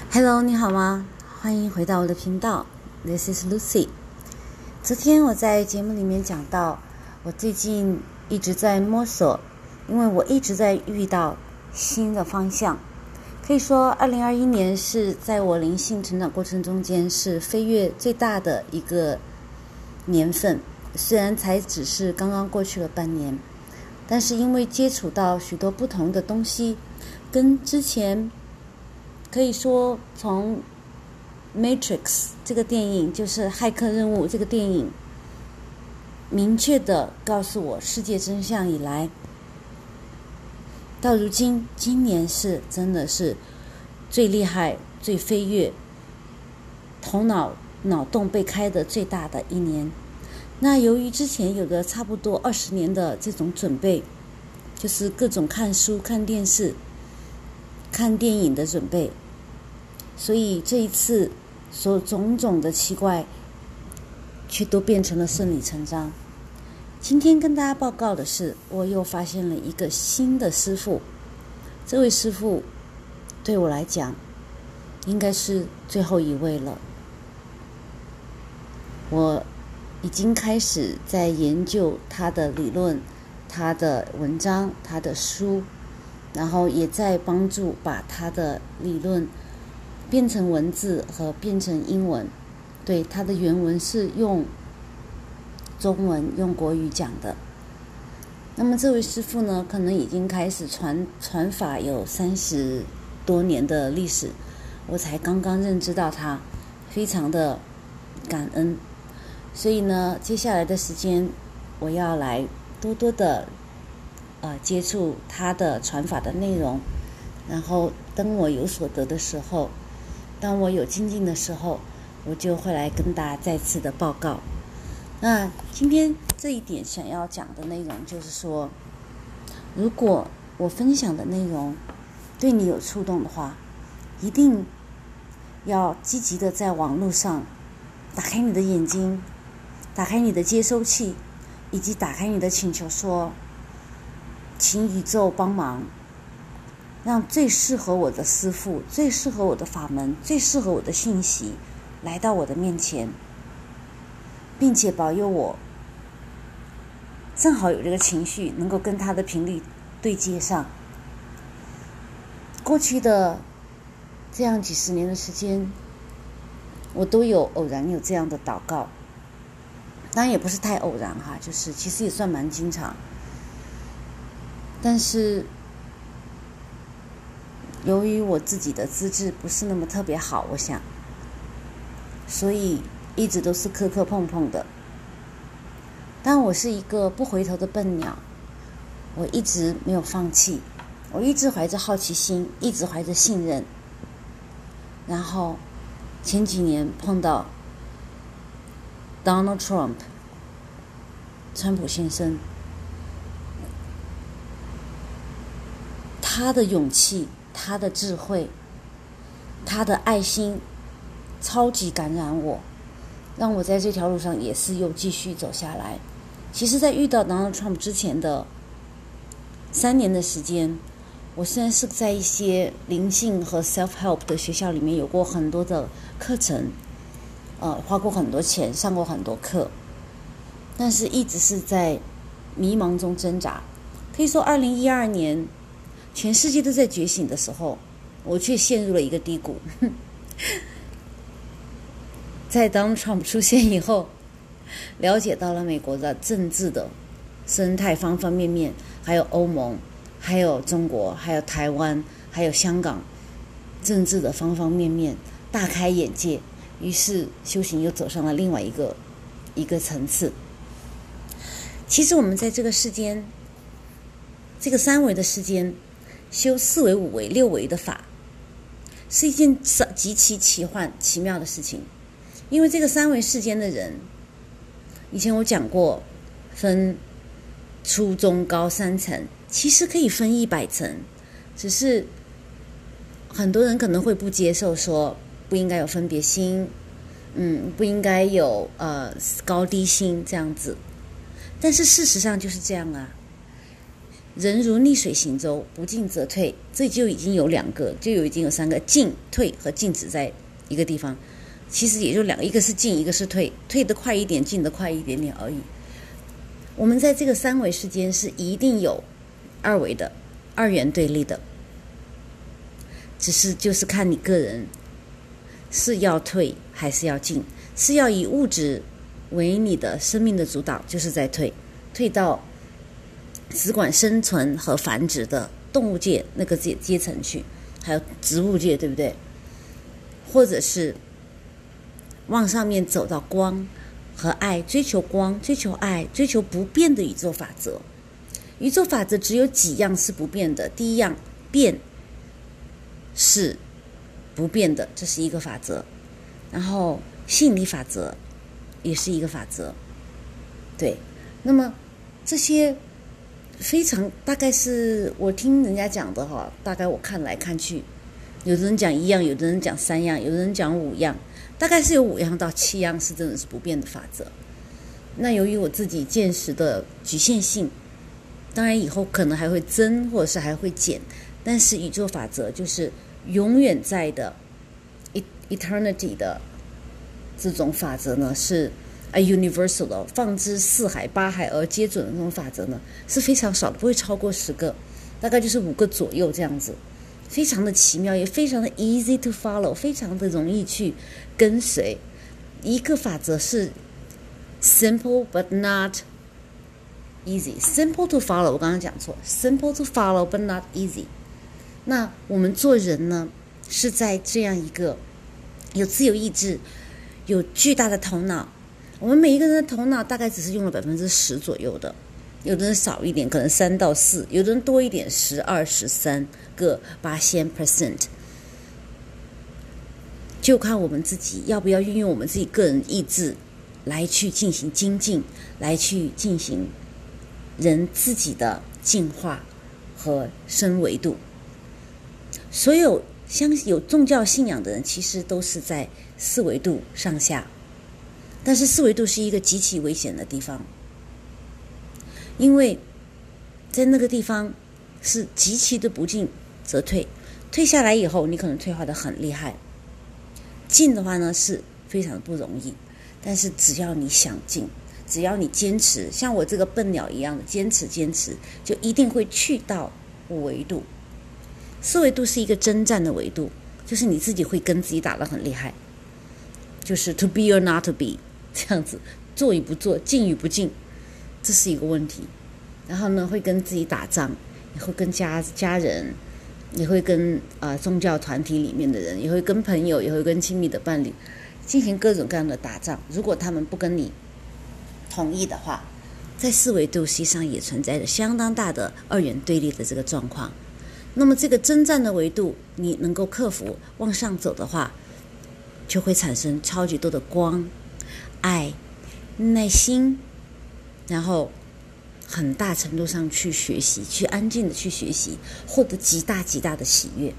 Hello， 你好吗？欢迎回到我的频道 ，This is Lucy。昨天我在节目里面讲到，我最近一直在摸索，因为我一直在遇到新的方向。可以说，2021年是在我灵性成长过程中间是飞跃最大的一个年份。虽然才只是刚刚过去了半年，但是因为接触到许多不同的东西，跟之前可以说从 Matrix 这个电影，就是骇客任务这个电影，明确的告诉我世界真相以来，到如今今年是真的是最厉害、最飞跃、头脑洞被开的最大的一年。那由于之前有个差不多20年的这种准备，就是各种看书、看电视、看电影的准备，所以这一次所种种的奇怪却都变成了顺理成章。今天跟大家报告的是，我又发现了一个新的师父。这位师父对我来讲应该是最后一位了。我已经开始在研究他的理论、他的文章、他的书，然后也在帮助把他的理论变成文字和变成英文。对，他的原文是用中文、用国语讲的。那么这位师父呢，可能已经开始传法有30多年的历史，我才刚刚认知到他，非常的感恩。所以呢，接下来的时间我要来多多的接触他的传法的内容，然后等我有所得的时候，当我有精进的时候，我就会来跟大家再次的报告。那今天这一点想要讲的内容就是说，如果我分享的内容对你有触动的话，一定要积极的在网络上打开你的眼睛，打开你的接收器，以及打开你的请求，说请宇宙帮忙，让最适合我的师父、最适合我的法门、最适合我的讯息来到我的面前，并且保佑我正好有这个情绪能够跟他的频率对接上。过去的这样几十年的时间，我都有偶然有这样的祷告，当然也不是太偶然哈，就是其实也算蛮经常。但是由于我自己的资质不是那么特别好，我想，所以一直都是磕磕碰碰的。但我是一个不回头的笨鸟，我一直没有放弃，我一直怀着好奇心，一直怀着信任。然后前几年碰到 Donald Trump 川普先生，他的勇气、他的智慧、他的爱心超级感染我，让我在这条路上也是又继续走下来。其实在遇到 Donald Trump 之前的3年的时间，我虽然是在一些灵性和 self-help 的学校里面有过很多的课程，花过很多钱，上过很多课，但是一直是在迷茫中挣扎。可以说2012年全世界都在觉醒的时候，我却陷入了一个低谷。在 Donald Trump 出现以后，了解到了美国的政治的生态方方面面，还有欧盟，还有中国，还有台湾，还有香港政治的方方面面，大开眼界。于是修行又走上了另外一个层次。其实我们在这个世间，这个3维的世间，修4维、5维、6维的法，是一件极其奇幻奇妙的事情。因为这个3维世间的人，以前我讲过，分初中高3层，其实可以分100层，只是很多人可能会不接受，说不应该有分别心，不应该有高低心这样子。但是事实上就是这样啊。 人如逆水行舟，不进则退，这就已经有2个，已经有3个，进、退和静止在一个地方。其实也就2个，一个是进，一个是退，退得快一点，进得快一点点而已。我们在这个3维世间是一定有2维的2元对立的，只是就是看你个人是要退还是要进，是要以物质为你的生命的主导，就是在退到只管生存和繁殖的动物界那个阶层去，还有植物界，对不对？或者是往上面走到光和爱，追求光，追求爱，追求不变的宇宙法则。宇宙法则只有几样是不变的，第一样，变是不变的，这是一个法则。然后吸引力法则也是一个法则，对。那么这些非常大概是我听人家讲的哈，大概我看来看去，有的人讲1样，有的人讲3样，有的人讲5样，大概是有5样到7样是真的是不变的法则。那由于我自己见识的局限性，当然以后可能还会增或者是还会减，但是宇宙法则就是永远在的 eternity 的这种法则呢，是universal 的，放之四海八海而皆准的那种法则呢，是非常少的，不会超过10个，大概就是5个左右这样子，非常的奇妙，也非常的 easy to follow， 非常的容易去跟随。一个法则是 simple but not easy， simple to follow， 我刚刚讲错， simple to follow but not easy。 那我们做人呢，是在这样一个有自由意志，有巨大的头脑，我们每一个人的头脑大概只是用了10%左右的，有的人少一点，可能3到4，有的人多一点，12、13个8000%，就看我们自己要不要运用我们自己个人意志来去进行精进，来去进行人自己的进化和升维度。所有有宗教信仰的人其实都是在4维度上下，但是4维度是一个极其危险的地方，因为在那个地方是极其的不进则退，退下来以后你可能退化得很厉害，进的话呢是非常不容易，但是只要你想进，只要你坚持，像我这个笨鸟一样的坚持，就一定会去到5维度。4维度是一个征战的维度，就是你自己会跟自己打得很厉害，就是 to be or not to be 这样子，做与不做，进与不进，这是一个问题。然后呢，会跟自己打仗，也会跟家人，也会跟宗教团体里面的人，也会跟朋友，也会跟亲密的伴侣进行各种各样的打仗。如果他们不跟你同意的话，在4维度实际上也存在着相当大的2元对立的这个状况。那么这个征战的维度你能够克服往上走的话，就会产生超级多的光、爱、耐心，然后很大程度上去学习，去安静的去学习，获得极大的喜悦。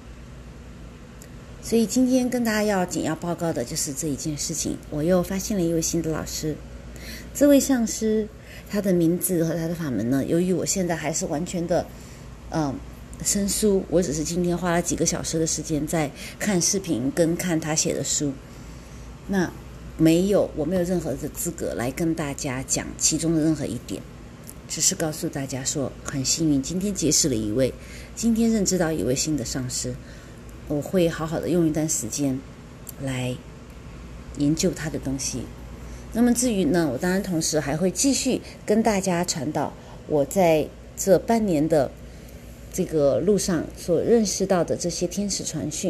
所以今天跟大家简要报告的就是这一件事情。我又发现了一位新的老师，这位上师他的名字和他的法门呢，由于我现在还是完全的生疏，我只是今天花了几个小时的时间在看视频跟看他写的书，那我没有任何的资格来跟大家讲其中的任何一点，只是告诉大家说很幸运今天结识了今天认知到一位新的上师，我会好好的用一段时间来研究他的东西。那么至于呢，我当然同时还会继续跟大家传导我在这半年的这个路上所认识到的这些天使传讯。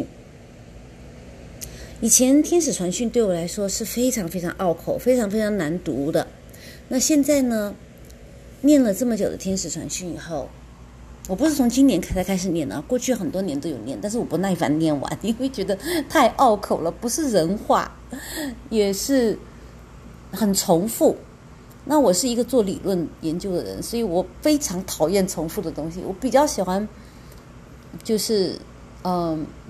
以前天使传讯对我来说是非常非常拗口，非常非常难读的。那现在呢，念了这么久的天使传讯以后，我不是从今年才开始念的，过去很多年都有念，但是我不耐烦念完，因为觉得太拗口了，不是人话，也是很重复。那我是一个做理论研究的人，所以我非常讨厌重复的东西，我比较喜欢就是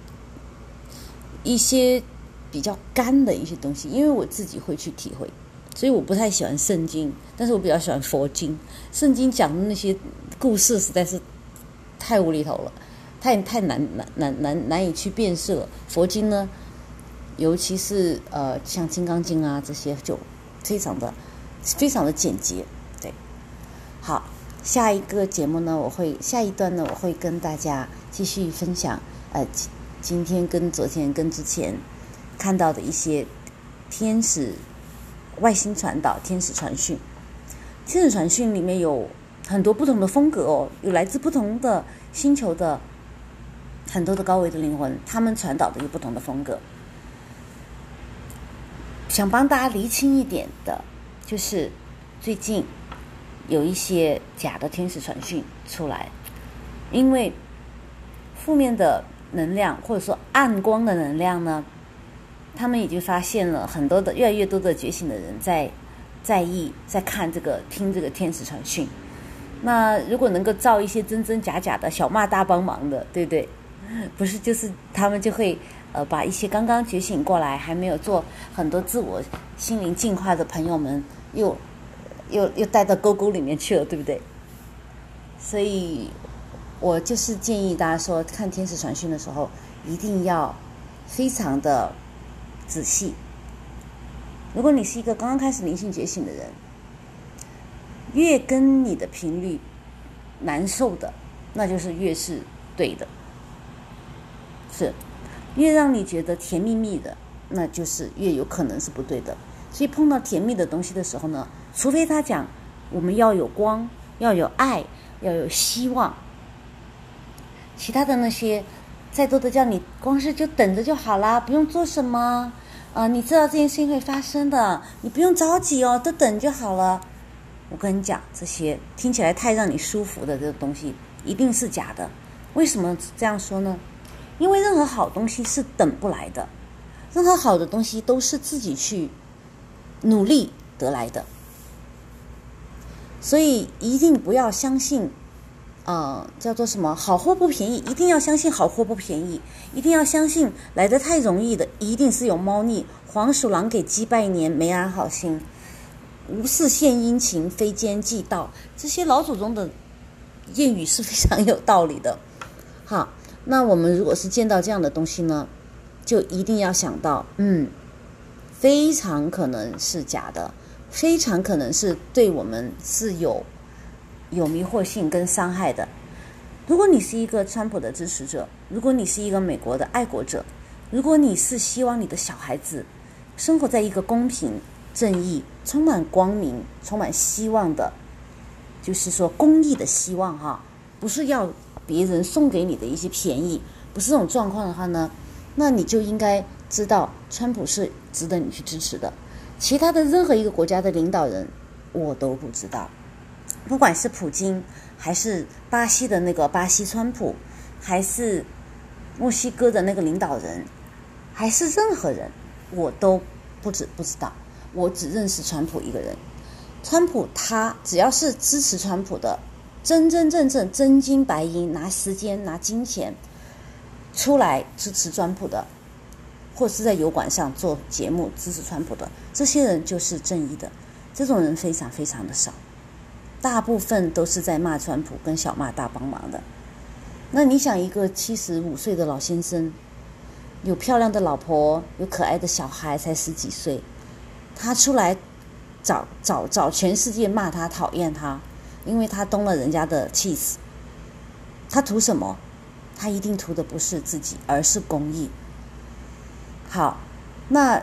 一些比较干的一些东西，因为我自己会去体会， 所以我不太喜欢圣经，但是我比较喜欢佛经。圣经讲的那些故事实在是太无厘头了，太难以去辨识了。佛经呢，尤其是像《金刚经》啊这些，就非常的简洁。对，好，下一个节目呢，下一段呢，我会跟大家继续分享今天跟昨天跟之前看到的一些天使外星传导、天使传讯。天使传讯里面有很多不同的风格哦，有来自不同的星球的很多的高维的灵魂，他们传导的有不同的风格。想帮大家厘清一点的，就是最近有一些假的天使传讯出来，因为负面的能量或者说暗光的能量呢，他们已经发现了很多的越来越多的觉醒的人在意在看听这个天使传讯。那如果能够造一些真真假假的小骂大帮忙的，对不对？不是，就是他们就会把一些刚刚觉醒过来还没有做很多自我心灵进化的朋友们又带到沟沟里面去了，对不对？所以我就是建议大家说，看天使传讯的时候一定要非常的仔细。如果你是一个刚刚开始灵性觉醒的人，越跟你的频率难受的，那就是越是对的，是越让你觉得甜蜜蜜的，那就是越有可能是不对的。所以碰到甜蜜的东西的时候呢，除非他讲我们要有光，要有爱，要有希望，其他的那些再多的叫你光是就等着就好啦，不用做什么你知道这件事情会发生的，你不用着急哦，都等就好了。我跟你讲，这些听起来太让你舒服的这个东西一定是假的。为什么这样说呢？因为任何好东西是等不来的，任何好的东西都是自己去努力得来的。所以一定不要相信叫做什么好货不便宜，一定要相信好货不便宜，一定要相信来得太容易的一定是有猫腻。黄鼠狼给鸡拜年，没安好心，无事献殷勤，非奸即盗，这些老祖宗的谚语是非常有道理的。好，那我们如果是见到这样的东西呢，就一定要想到非常可能是假的，非常可能是对我们是有迷惑性跟伤害的。如果你是一个川普的支持者，如果你是一个美国的爱国者，如果你是希望你的小孩子生活在一个公平正义充满光明充满希望的，就是说公益的希望不是要别人送给你的一些便宜，不是这种状况的话呢，那你就应该知道川普是值得你去支持的。其他的任何一个国家的领导人我都不知道，不管是普京，还是巴西的那个巴西川普，还是墨西哥的那个领导人，还是任何人，我都不知道。我只认识川普一个人。川普他只要是支持川普的，真金白银拿时间拿金钱出来支持川普的，或是在油管上做节目支持川普的，这些人就是正义的。这种人非常非常的少，大部分都是在骂川普跟小骂大帮忙的。那你想，一个75岁的老先生，有漂亮的老婆，有可爱的小孩，才10几岁，他出来找全世界骂他讨厌他，因为他动了人家的气死。他图什么？他一定图的不是自己，而是公益。好，那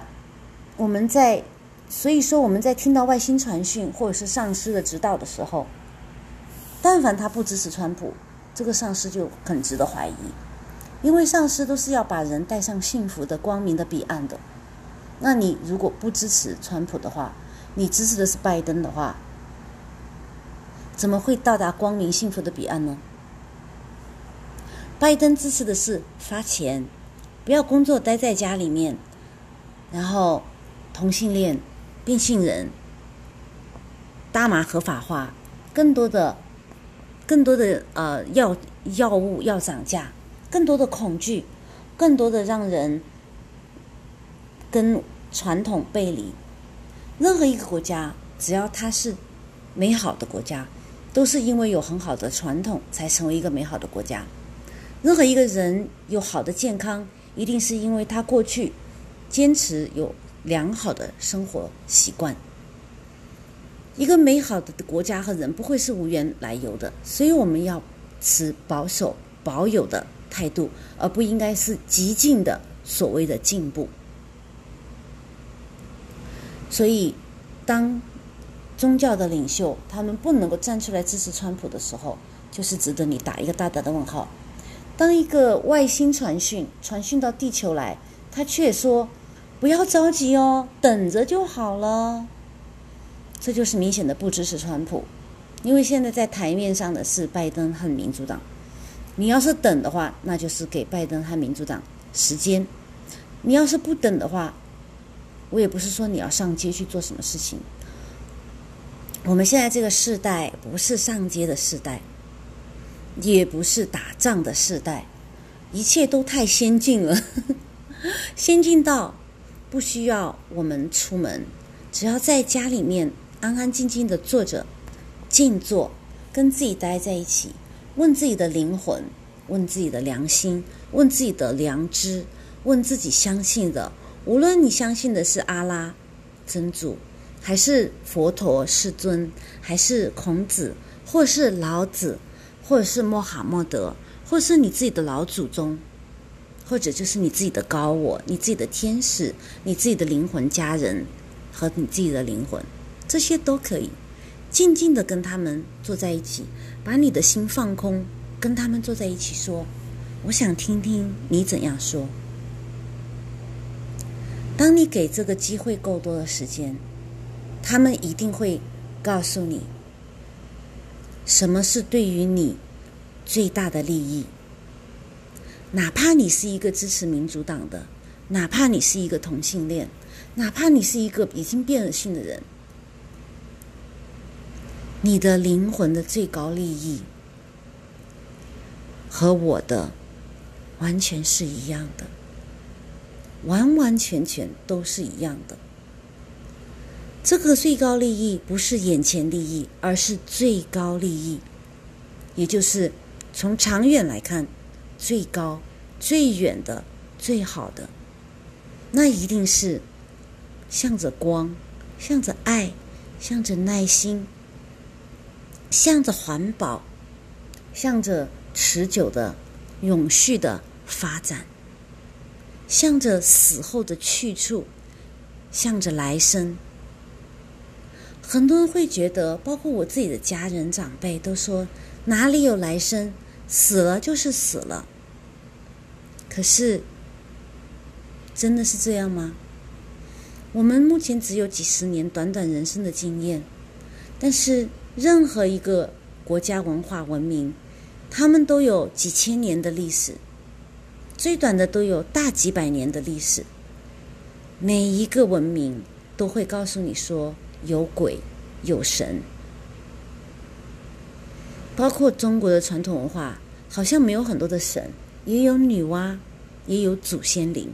所以说我们在听到外星传讯或者是上师的指导的时候，但凡他不支持川普，这个上师就很值得怀疑。因为上师都是要把人带上幸福的光明的彼岸的。那你如果不支持川普的话，你支持的是拜登的话，怎么会到达光明幸福的彼岸呢？拜登支持的是发钱，不要工作，待在家里面，然后同性恋、变性人、大麻合法化，更多的药物要涨价，更多的恐惧，更多的让人跟传统背离。 任何一个国家，只要它是美好的国家，都是因为有很好的传统才成为一个美好的国家。任何一个人有好的健康，一定是因为他过去坚持有良好的生活习惯。一个美好的国家和人不会是无缘来由的，所以我们要持保守保有的态度，而不应该是激进的所谓的进步。所以当宗教的领袖他们不能够站出来支持川普的时候，就是值得你打一个大大的问号。当一个外星传讯到地球来，他却说不要着急哦，等着就好了，这就是明显的不支持川普。因为现在在台面上的是拜登和民主党，你要是等的话，那就是给拜登和民主党时间。你要是不等的话，我也不是说你要上街去做什么事情。我们现在这个世代不是上街的世代，也不是打仗的世代，一切都太先进了先进到不需要我们出门，只要在家里面安安静静的坐着静坐，跟自己待在一起，问自己的灵魂，问自己的良心，问自己的良知，问自己相信的，无论你相信的是阿拉真主，还是佛陀世尊，还是孔子，或是老子，或者是穆罕默德，或是你自己的老祖宗，或者就是你自己的高我，你自己的天使，你自己的灵魂家人和你自己的灵魂，这些都可以静静的跟他们坐在一起，把你的心放空，跟他们坐在一起说，我想听听你怎样说。当你给这个机会够多的时间，他们一定会告诉你什么是对于你最大的利益。哪怕你是一个支持民主党的，哪怕你是一个同性恋，哪怕你是一个已经变了性的人，你的灵魂的最高利益和我的完全是一样的，完完全全都是一样的。这个最高利益不是眼前利益，而是最高利益，也就是从长远来看最高最远的最好的，那一定是向着光，向着爱，向着耐心，向着环保，向着持久的永续的发展，向着死后的去处，向着来生。很多人会觉得，包括我自己的家人长辈都说，哪里有来生，死了就是死了。可是真的是这样吗？我们目前只有几十年短短人生的经验，但是任何一个国家文化文明，他们都有几千年的历史，最短的都有大几百年的历史。每一个文明都会告诉你说有鬼有神，包括中国的传统文化好像没有很多的神，也有女娲，也有祖先灵。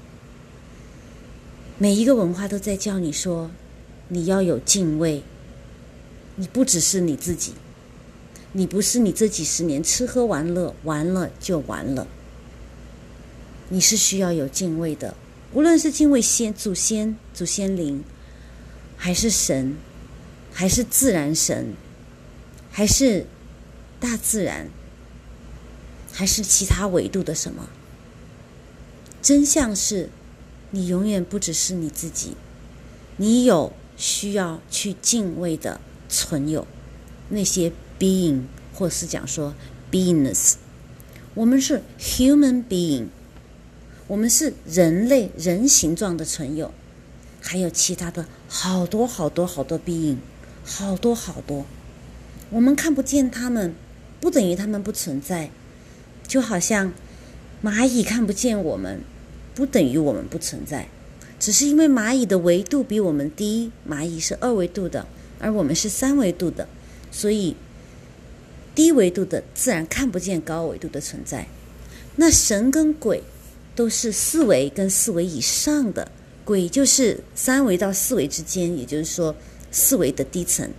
每一个文化都在叫你说，你要有敬畏，你不只是你自己，你不是你这几十年吃喝玩乐完了就完了，你是需要有敬畏的，无论是敬畏祖先灵，还是神，还是自然神，还是大自然，还是其他维度的什么。真相是你永远不只是你自己，你有需要去敬畏的存有，那些 being 或是讲说 beingness。 我们是 human being， 我们是人类人形状的存有，还有其他的好多 being， 好多，我们看不见他们，不等于他们不存在。就好像蚂蚁看不见我们，不等于我们不存在，只是因为蚂蚁的维度比我们低，蚂蚁是2维度的，而我们是3维度的，所以低维度的自然看不见高维度的存在。那神跟鬼都是4维跟4维以上的鬼就是三维到四维之间，也就是说四维的低层，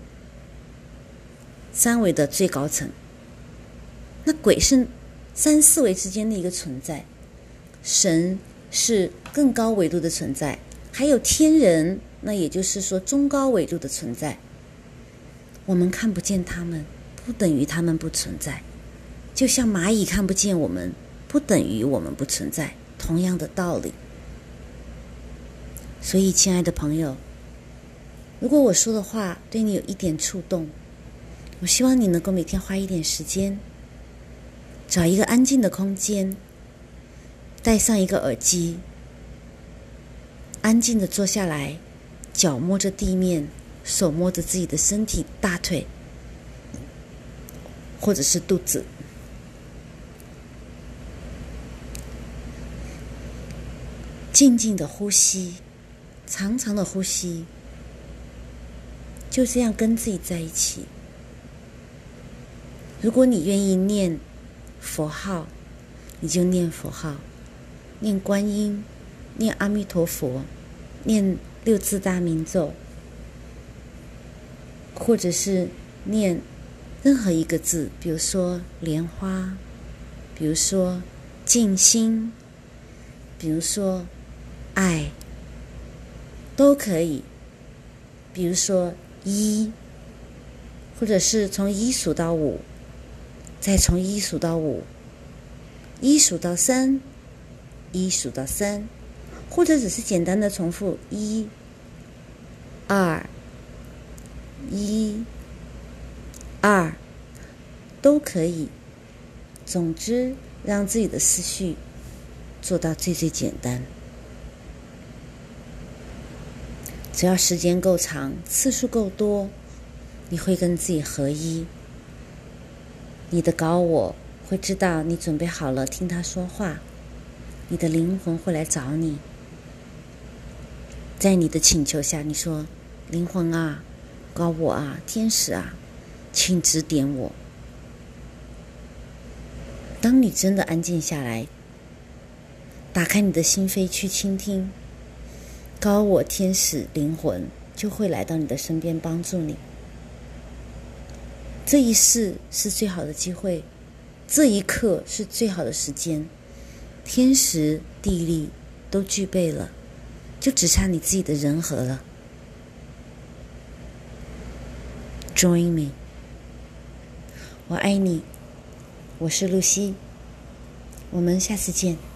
三维的最高层。那鬼是三四维之间的一个存在，神是更高维度的存在，还有天人，那也就是说中高维度的存在。我们看不见他们，不等于他们不存在，就像蚂蚁看不见我们，不等于我们不存在，同样的道理。所以亲爱的朋友，如果我说的话对你有一点触动，我希望你能够每天花一点时间，找一个安静的空间，戴上一个耳机，安静的坐下来，脚摸着地面，手摸着自己的身体，大腿或者是肚子，静静的呼吸，长长的呼吸，就这样跟自己在一起。如果你愿意念佛号，你就念佛号，念观音，念阿弥陀佛，念六字大明咒，或者是念任何一个字，比如说莲花，比如说静心，比如说爱，都可以。比如说一，或者是从一数到五，再从一数到五，一数到三，一数到三，或者只是简单的重复一、二、一、二，都可以。总之，让自己的思绪做到最最简单。只要时间够长，次数够多，你会跟自己合一。你的高我会知道你准备好了听他说话，你的灵魂会来找你，在你的请求下，你说：灵魂啊，高我啊，天使啊，请指点我。当你真的安静下来，打开你的心扉去倾听，高我、天使、灵魂就会来到你的身边帮助你。这一世是最好的机会，这一刻是最好的时间，天时地利都具备了，就只差你自己的人和了。Join me， 我爱你，我是露西，我们下次见。